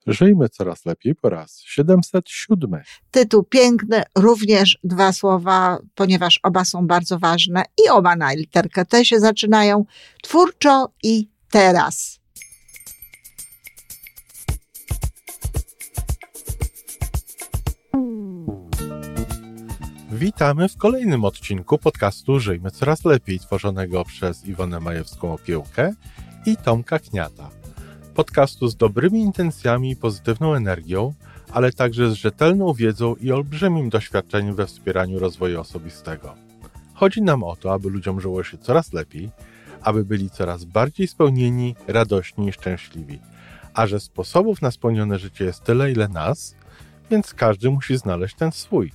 Żyjmy coraz lepiej po raz 707. Tytuł piękny, również 2 słowa, ponieważ oba są bardzo ważne i oba na literkę T się zaczynają. Twórczo i teraz. Witamy w kolejnym odcinku podcastu Żyjmy coraz lepiej, tworzonego przez Iwonę Majewską-Opiełkę i Tomka Kniata. Podcastu z dobrymi intencjami i pozytywną energią, ale także z rzetelną wiedzą i olbrzymim doświadczeniem we wspieraniu rozwoju osobistego. Chodzi nam o to, aby ludziom żyło się coraz lepiej, aby byli coraz bardziej spełnieni, radośni i szczęśliwi. A że sposobów na spełnione życie jest tyle, ile nas, więc każdy musi znaleźć ten swój.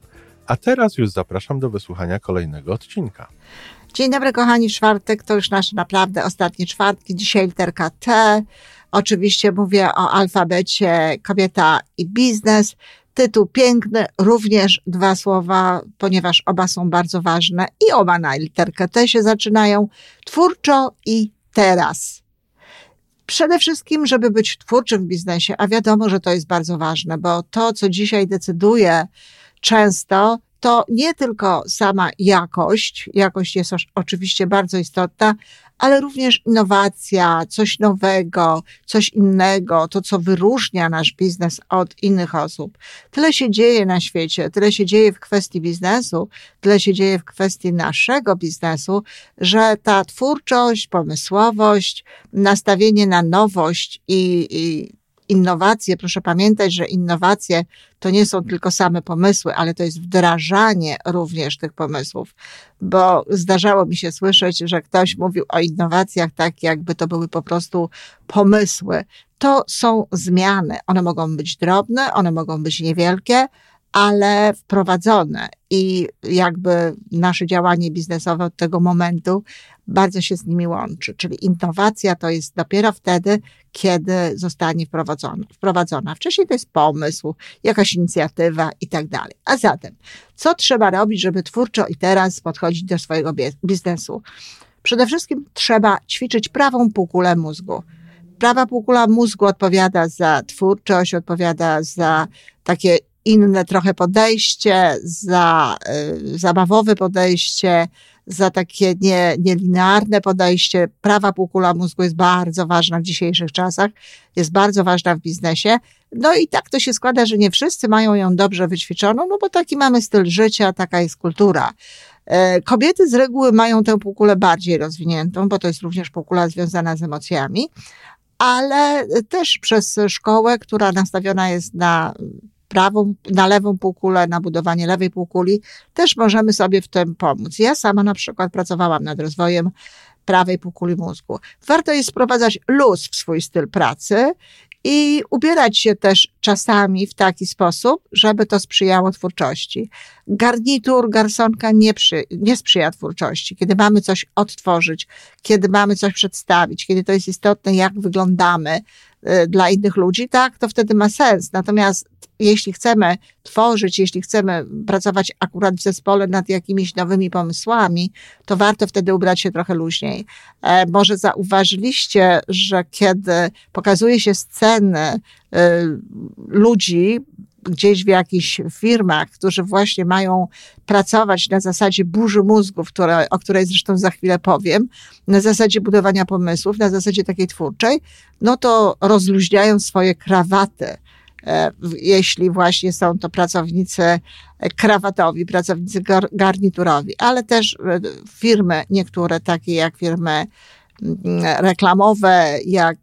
A teraz już zapraszam do wysłuchania kolejnego odcinka. Dzień dobry kochani, czwartek to już nasze naprawdę ostatnie czwartki. Dzisiaj literka T. Oczywiście mówię o alfabecie kobieta i biznes. Tytuł piękny, również 2 słowa, ponieważ oba są bardzo ważne i oba na literkę T się zaczynają. Twórczo i teraz. Przede wszystkim, żeby być twórczym w biznesie, a wiadomo, że to jest bardzo ważne, bo to, co dzisiaj decyduje często, to nie tylko sama jakość jest oczywiście bardzo istotna, ale również innowacja, coś nowego, coś innego, to co wyróżnia nasz biznes od innych osób. Tyle się dzieje na świecie, tyle się dzieje w kwestii biznesu, tyle się dzieje w kwestii naszego biznesu, że ta twórczość, pomysłowość, nastawienie na nowość i innowacje, proszę pamiętać, że innowacje to nie są tylko same pomysły, ale to jest wdrażanie również tych pomysłów, bo zdarzało mi się słyszeć, że ktoś mówił o innowacjach tak, jakby to były po prostu pomysły. To są zmiany. One mogą być drobne, one mogą być niewielkie, ale wprowadzone i jakby nasze działanie biznesowe od tego momentu bardzo się z nimi łączy. Czyli innowacja to jest dopiero wtedy, kiedy zostanie wprowadzona. Wcześniej to jest pomysł, jakaś inicjatywa i tak dalej. A zatem, co trzeba robić, żeby twórczo i teraz podchodzić do swojego biznesu? Przede wszystkim trzeba ćwiczyć prawą półkulę mózgu. Prawa półkula mózgu odpowiada za twórczość, odpowiada za takie inne trochę podejście, za zabawowe podejście, za takie nielinearne podejście. Prawa półkula mózgu jest bardzo ważna w dzisiejszych czasach, jest bardzo ważna w biznesie. No i tak to się składa, że nie wszyscy mają ją dobrze wyćwiczoną, no bo taki mamy styl życia, taka jest kultura. Kobiety z reguły mają tę półkulę bardziej rozwiniętą, bo to jest również półkula związana z emocjami, ale też przez szkołę, która nastawiona jest na lewą półkulę, na budowanie lewej półkuli, też możemy sobie w tym pomóc. Ja sama na przykład pracowałam nad rozwojem prawej półkuli mózgu. Warto jest wprowadzać luz w swój styl pracy i ubierać się też czasami w taki sposób, żeby to sprzyjało twórczości. Garnitur, garsonka nie sprzyja twórczości. Kiedy mamy coś odtworzyć, kiedy mamy coś przedstawić, kiedy to jest istotne, jak wyglądamy dla innych ludzi, tak, to wtedy ma sens. Natomiast jeśli chcemy tworzyć, jeśli chcemy pracować akurat w zespole nad jakimiś nowymi pomysłami, to warto wtedy ubrać się trochę luźniej. Może zauważyliście, że kiedy pokazuje się sceny ludzi gdzieś w jakichś firmach, którzy właśnie mają pracować na zasadzie burzy mózgów, o której zresztą za chwilę powiem, na zasadzie budowania pomysłów, na zasadzie takiej twórczej, no to rozluźniają swoje krawaty. Jeśli właśnie są to pracownicy krawatowi, pracownicy garniturowi, ale też firmy niektóre, takie jak firmy reklamowe, jak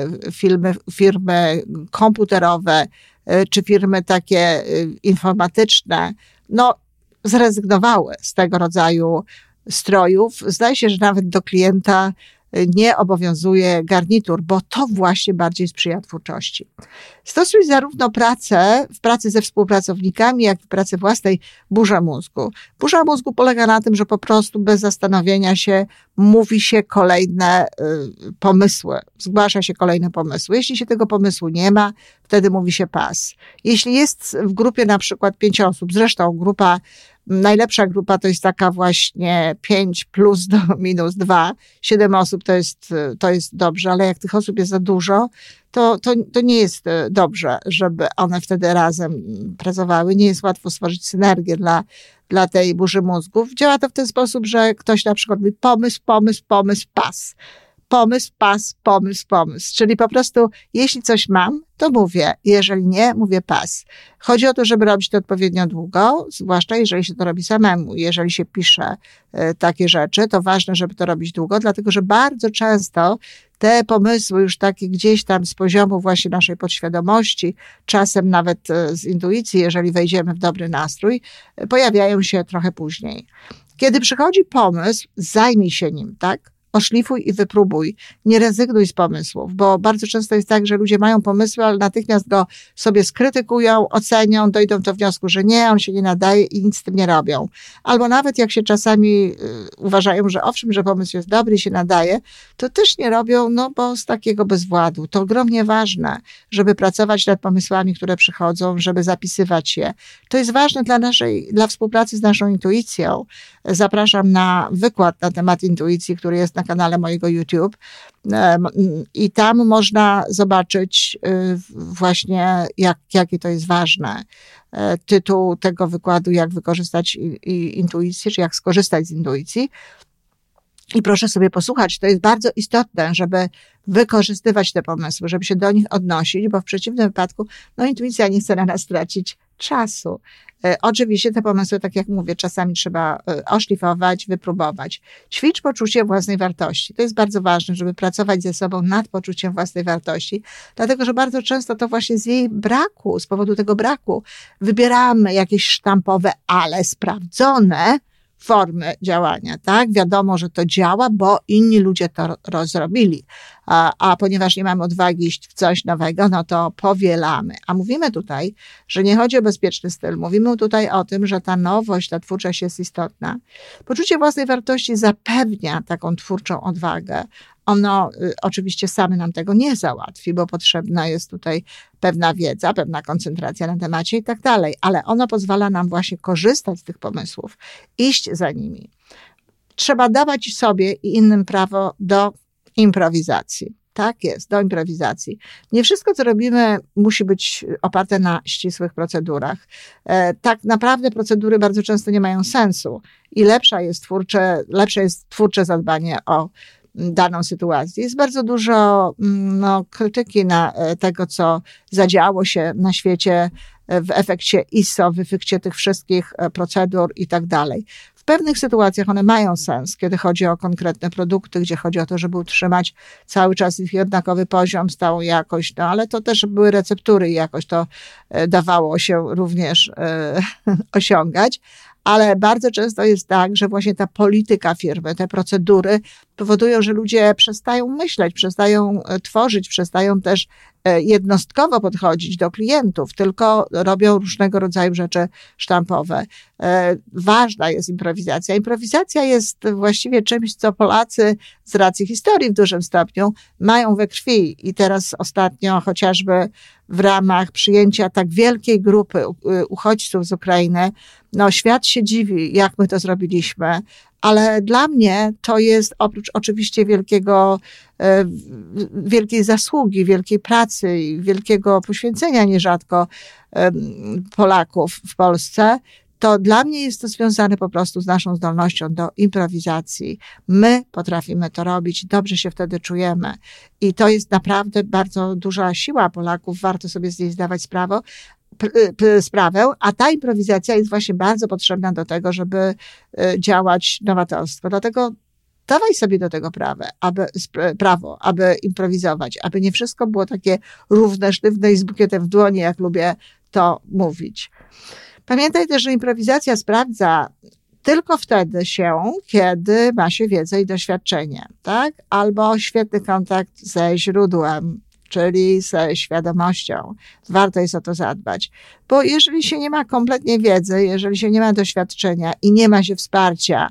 firmy komputerowe, czy firmy takie informatyczne, no zrezygnowały z tego rodzaju strojów. Zdaje się, że nawet do klienta nie obowiązuje garnitur, bo to właśnie bardziej sprzyja twórczości. Stosuj zarówno w pracy ze współpracownikami, jak i w pracy własnej burzę mózgu. Burza mózgu polega na tym, że po prostu bez zastanowienia się mówi się kolejne pomysły, zgłasza się kolejne pomysły. Jeśli się tego pomysłu nie ma, wtedy mówi się pas. Jeśli jest w grupie na przykład 5 osób, zresztą grupa Najlepsza grupa to jest taka właśnie 5 plus do minus 2. 7 osób to jest dobrze, ale jak tych osób jest za dużo, to nie jest dobrze, żeby one wtedy razem pracowały. Nie jest łatwo stworzyć synergię dla tej burzy mózgów. Działa to w ten sposób, że ktoś na przykład mówi pomysł, pas. Pomysł, pas, pomysł. Czyli po prostu, jeśli coś mam, to mówię. Jeżeli nie, mówię pas. Chodzi o to, żeby robić to odpowiednio długo, zwłaszcza jeżeli się to robi samemu. Jeżeli się pisze takie rzeczy, to ważne, żeby to robić długo, dlatego że bardzo często te pomysły już takie gdzieś tam z poziomu właśnie naszej podświadomości, czasem nawet z intuicji, jeżeli wejdziemy w dobry nastrój, pojawiają się trochę później. Kiedy przychodzi pomysł, zajmij się nim, tak? Oszlifuj i wypróbuj. Nie rezygnuj z pomysłów, bo bardzo często jest tak, że ludzie mają pomysły, ale natychmiast go sobie skrytykują, ocenią, dojdą do wniosku, że nie, on się nie nadaje i nic z tym nie robią. Albo nawet jak się czasami uważają, że owszem, że pomysł jest dobry i się nadaje, to też nie robią, bo z takiego bezwładu. To ogromnie ważne, żeby pracować nad pomysłami, które przychodzą, żeby zapisywać je. To jest ważne dla współpracy z naszą intuicją. Zapraszam na wykład na temat intuicji, który jest na kanale mojego YouTube i tam można zobaczyć właśnie jakie to jest ważne. Tytuł tego wykładu, jak wykorzystać intuicję, czy jak skorzystać z intuicji. I proszę sobie posłuchać, to jest bardzo istotne, żeby wykorzystywać te pomysły, żeby się do nich odnosić, bo w przeciwnym wypadku intuicja nie chce na nas tracić czasu. Oczywiście te pomysły, tak jak mówię, czasami trzeba oszlifować, wypróbować. Ćwicz poczucie własnej wartości. To jest bardzo ważne, żeby pracować ze sobą nad poczuciem własnej wartości, dlatego że bardzo często to właśnie z powodu tego braku wybieramy jakieś sztampowe, ale sprawdzone formy działania, tak? Wiadomo, że to działa, bo inni ludzie to zrobili. A ponieważ nie mamy odwagi iść w coś nowego, to powielamy. A mówimy tutaj, że nie chodzi o bezpieczny styl. Mówimy tutaj o tym, że ta nowość, ta twórczość jest istotna. Poczucie własnej wartości zapewnia taką twórczą odwagę. Ono oczywiście same nam tego nie załatwi, bo potrzebna jest tutaj pewna wiedza, pewna koncentracja na temacie i tak dalej, ale ono pozwala nam właśnie korzystać z tych pomysłów, iść za nimi. Trzeba dawać sobie i innym prawo do improwizacji. Tak jest, do improwizacji. Nie wszystko, co robimy, musi być oparte na ścisłych procedurach. Tak naprawdę procedury bardzo często nie mają sensu i lepsze jest twórcze zadbanie o daną sytuację. Jest bardzo dużo krytyki na tego, co zadziało się na świecie w efekcie ISO, w efekcie tych wszystkich procedur i tak dalej. W pewnych sytuacjach one mają sens, kiedy chodzi o konkretne produkty, gdzie chodzi o to, żeby utrzymać cały czas ich jednakowy poziom, stałą jakość, ale to też były receptury i jakoś to dawało się również osiągać. Ale bardzo często jest tak, że właśnie ta polityka firmy, te procedury powodują, że ludzie przestają myśleć, przestają tworzyć, przestają też jednostkowo podchodzić do klientów, tylko robią różnego rodzaju rzeczy sztampowe. Ważna jest improwizacja. Improwizacja jest właściwie czymś, co Polacy z racji historii w dużym stopniu mają we krwi i teraz ostatnio chociażby w ramach przyjęcia tak wielkiej grupy uchodźców z Ukrainy, świat się dziwi, jak my to zrobiliśmy, ale dla mnie to jest oprócz oczywiście wielkiej zasługi, wielkiej pracy i wielkiego poświęcenia nierzadko Polaków w Polsce, to dla mnie jest to związane po prostu z naszą zdolnością do improwizacji. My potrafimy to robić, dobrze się wtedy czujemy. I to jest naprawdę bardzo duża siła Polaków, warto sobie z niej zdawać sprawę, a ta improwizacja jest właśnie bardzo potrzebna do tego, żeby działać nowatorstwo. Dlatego dawaj sobie do tego prawo, aby improwizować, aby nie wszystko było takie równe, sztywne i z bukietem w dłoni, jak lubię to mówić. Pamiętaj też, że improwizacja sprawdza tylko wtedy kiedy ma się wiedzę i doświadczenie, tak? Albo świetny kontakt ze źródłem, czyli ze świadomością. Warto jest o to zadbać. Bo jeżeli się nie ma kompletnie wiedzy, jeżeli się nie ma doświadczenia i nie ma się wsparcia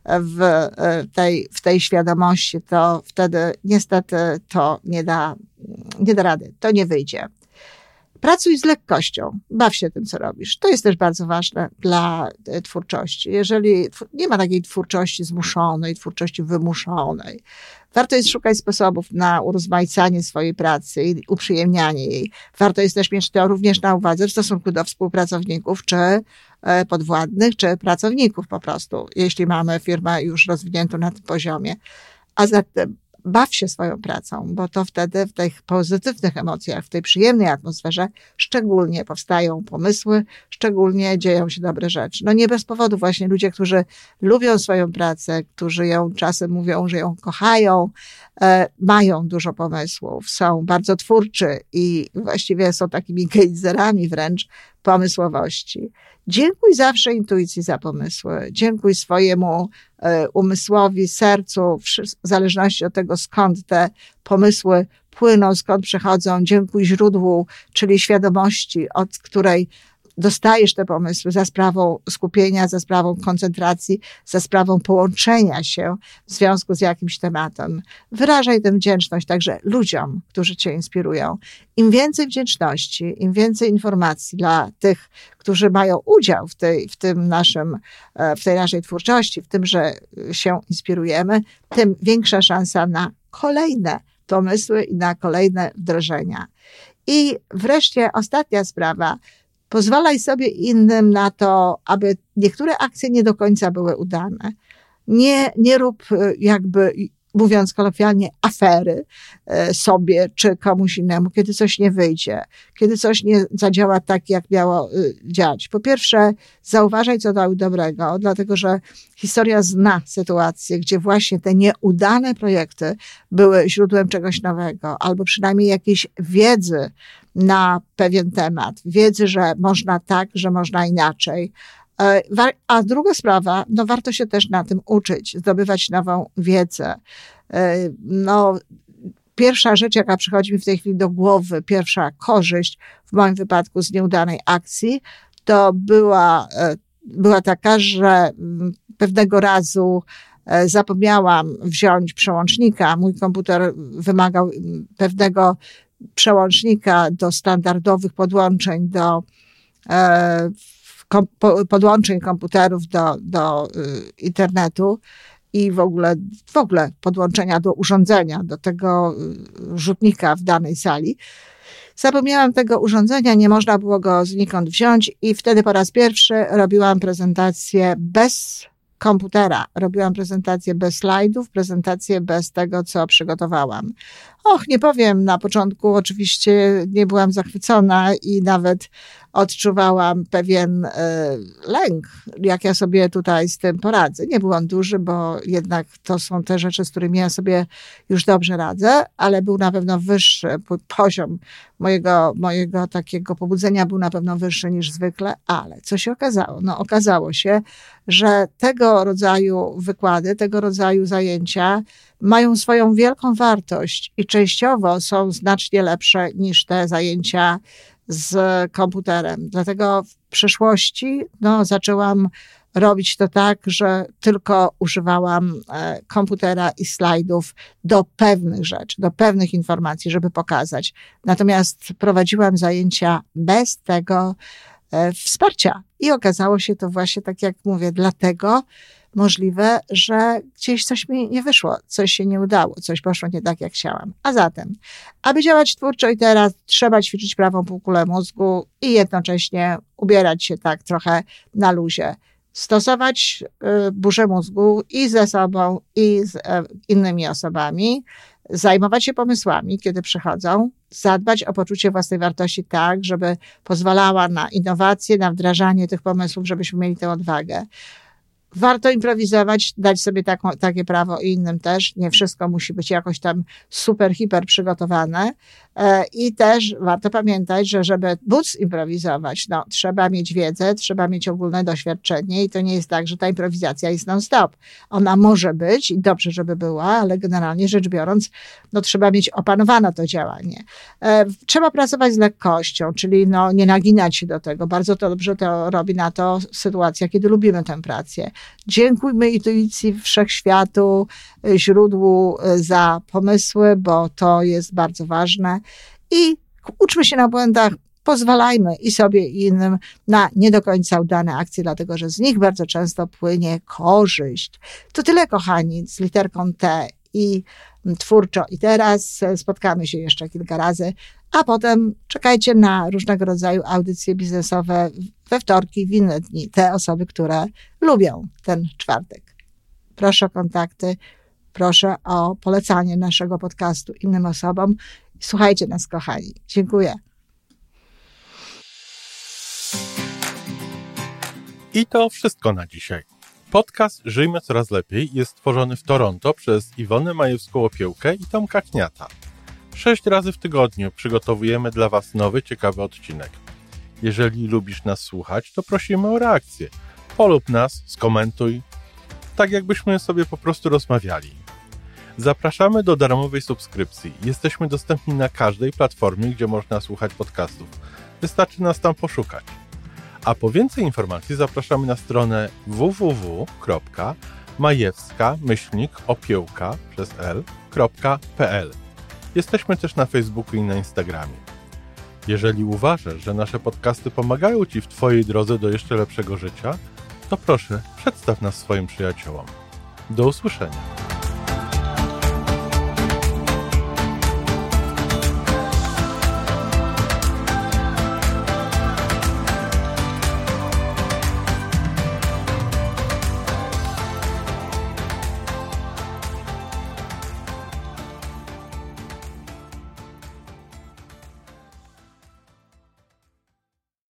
w tej świadomości, to wtedy niestety to nie da rady, to nie wyjdzie. Pracuj z lekkością, baw się tym, co robisz. To jest też bardzo ważne dla twórczości. Jeżeli nie ma takiej twórczości zmuszonej, twórczości wymuszonej, warto jest szukać sposobów na urozmaicanie swojej pracy i uprzyjemnianie jej. Warto jest też mieć to również na uwadze w stosunku do współpracowników, czy podwładnych, czy pracowników po prostu, jeśli mamy firmę już rozwiniętą na tym poziomie. A zatem baw się swoją pracą, bo to wtedy w tych pozytywnych emocjach, w tej przyjemnej atmosferze szczególnie powstają pomysły, szczególnie dzieją się dobre rzeczy. No nie bez powodu właśnie ludzie, którzy lubią swoją pracę, którzy ją czasem mówią, że ją kochają, mają dużo pomysłów, są bardzo twórczy i właściwie są takimi gejzerami wręcz pomysłowości. Dziękuj zawsze intuicji za pomysły. Dziękuj swojemu umysłowi, sercu, w zależności od tego, skąd te pomysły płyną, skąd przychodzą. Dziękuj źródłu, czyli świadomości, od której dostajesz te pomysły za sprawą skupienia, za sprawą koncentracji, za sprawą połączenia się w związku z jakimś tematem. Wyrażaj tę wdzięczność także ludziom, którzy cię inspirują. Im więcej wdzięczności, im więcej informacji dla tych, którzy mają udział w tej naszej twórczości, w tym, że się inspirujemy, tym większa szansa na kolejne pomysły i na kolejne wdrożenia. I wreszcie ostatnia sprawa. Pozwalaj sobie innym na to, aby niektóre akcje nie do końca były udane. Nie rób jakby, mówiąc kolokwialnie, afery sobie czy komuś innemu, kiedy coś nie wyjdzie, kiedy coś nie zadziała tak, jak miało dziać. Po pierwsze, zauważaj, co dało dobrego, dlatego że historia zna sytuacje, gdzie właśnie te nieudane projekty były źródłem czegoś nowego, albo przynajmniej jakiejś wiedzy na pewien temat, wiedzy, że można tak, że można inaczej. A druga sprawa, no warto się też na tym uczyć, zdobywać nową wiedzę. No, pierwsza rzecz, jaka przychodzi mi w tej chwili do głowy, pierwsza korzyść w moim wypadku z nieudanej akcji, to była taka, że pewnego razu zapomniałam wziąć przełącznika. Mój komputer wymagał pewnego przełącznika do standardowych podłączeń, do podłączeń komputerów do internetu i w ogóle podłączenia do urządzenia, do tego rzutnika w danej sali. Zapomniałam tego urządzenia, nie można było go znikąd wziąć i wtedy po raz pierwszy robiłam prezentację bez komputera. Robiłam prezentację bez slajdów, prezentację bez tego, co przygotowałam. Nie powiem, na początku oczywiście nie byłam zachwycona i nawet odczuwałam pewien lęk, jak ja sobie tutaj z tym poradzę. Nie był on duży, bo jednak to są te rzeczy, z którymi ja sobie już dobrze radzę, ale był na pewno wyższy, poziom mojego takiego pobudzenia był na pewno wyższy niż zwykle, ale co się okazało? No okazało się, że tego rodzaju wykłady, tego rodzaju zajęcia mają swoją wielką wartość i częściowo są znacznie lepsze niż te zajęcia z komputerem. Dlatego w przyszłości zaczęłam robić to tak, że tylko używałam komputera i slajdów do pewnych rzeczy, do pewnych informacji, żeby pokazać. Natomiast prowadziłam zajęcia bez tego wsparcia. I okazało się to właśnie, tak jak mówię, dlatego możliwe, że gdzieś coś mi nie wyszło, coś się nie udało, coś poszło nie tak, jak chciałam. A zatem, aby działać twórczo i teraz, trzeba ćwiczyć prawą półkulę mózgu i jednocześnie ubierać się tak trochę na luzie. Stosować burzę mózgu i ze sobą, i z innymi osobami, zajmować się pomysłami, kiedy przychodzą, zadbać o poczucie własnej wartości tak, żeby pozwalała na innowacje, na wdrażanie tych pomysłów, żebyśmy mieli tę odwagę. Warto improwizować, dać sobie takie prawo i innym też. Nie wszystko musi być jakoś tam super, hiper przygotowane. I też warto pamiętać, że żeby móc improwizować, trzeba mieć wiedzę, trzeba mieć ogólne doświadczenie i to nie jest tak, że ta improwizacja jest non-stop. Ona może być i dobrze, żeby była, ale generalnie rzecz biorąc, trzeba mieć opanowane to działanie. Trzeba pracować z lekkością, czyli nie naginać się do tego. Bardzo to dobrze to robi na to sytuacja, kiedy lubimy tę pracę. Dziękujmy intuicji wszechświatu, źródłu za pomysły, bo to jest bardzo ważne i uczmy się na błędach, pozwalajmy i sobie i innym na nie do końca udane akcje, dlatego że z nich bardzo często płynie korzyść. To tyle, kochani, z literką T i twórczo. I teraz spotkamy się jeszcze kilka razy, a potem czekajcie na różnego rodzaju audycje biznesowe we wtorki, w inne dni. Te osoby, które lubią ten czwartek. Proszę o kontakty, proszę o polecanie naszego podcastu innym osobom. Słuchajcie nas, kochani. Dziękuję. I to wszystko na dzisiaj. Podcast Żyjmy Coraz Lepiej jest stworzony w Toronto przez Iwonę Majewską-Opiełkę i Tomka Kniata. 6 razy w tygodniu przygotowujemy dla Was nowy, ciekawy odcinek. Jeżeli lubisz nas słuchać, to prosimy o reakcję. Polub nas, skomentuj, tak jakbyśmy sobie po prostu rozmawiali. Zapraszamy do darmowej subskrypcji. Jesteśmy dostępni na każdej platformie, gdzie można słuchać podcastów. Wystarczy nas tam poszukać. A po więcej informacji zapraszamy na stronę www.majewska-opiełka.pl. Jesteśmy też na Facebooku i na Instagramie. Jeżeli uważasz, że nasze podcasty pomagają Ci w Twojej drodze do jeszcze lepszego życia, to proszę, przedstaw nas swoim przyjaciołom. Do usłyszenia.